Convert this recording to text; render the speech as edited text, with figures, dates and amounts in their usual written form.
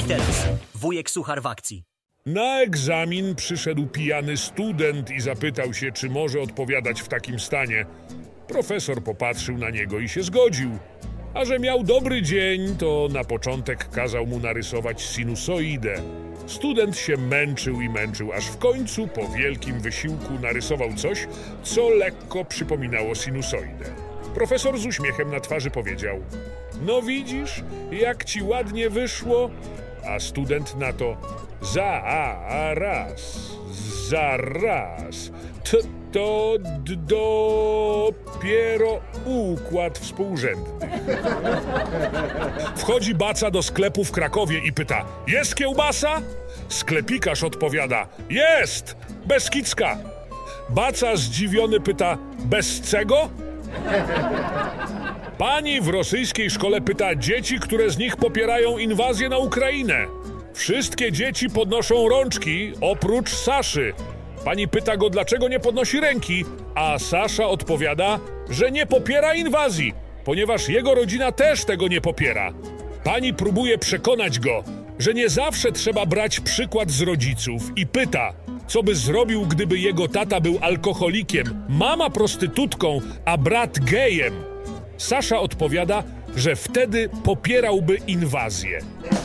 teraz wujek Suchar w akcji. Na egzamin przyszedł pijany student i zapytał się, czy może odpowiadać w takim stanie. Profesor popatrzył na niego i się zgodził. A że miał dobry dzień, to na początek kazał mu narysować sinusoidę. Student się męczył i męczył, aż w końcu po wielkim wysiłku narysował coś, co lekko przypominało sinusoidę. Profesor z uśmiechem na twarzy powiedział: no widzisz, jak ci ładnie wyszło? A student na to: zaraz. To dopiero układ współrzędny. Wchodzi Baca do sklepu w Krakowie i pyta: jest kiełbasa? Sklepikarz odpowiada: jest! Beskidzka. Baca zdziwiony pyta: bez czego? Pani w rosyjskiej szkole pyta dzieci, które z nich popierają inwazję na Ukrainę. Wszystkie dzieci podnoszą rączki, oprócz Saszy. Pani pyta go, dlaczego nie podnosi ręki, a Sasza odpowiada, że nie popiera inwazji, ponieważ jego rodzina też tego nie popiera. Pani próbuje przekonać go, że nie zawsze trzeba brać przykład z rodziców i pyta, co by zrobił, gdyby jego tata był alkoholikiem, mama prostytutką, a brat gejem. Sasza odpowiada, że wtedy popierałby inwazję.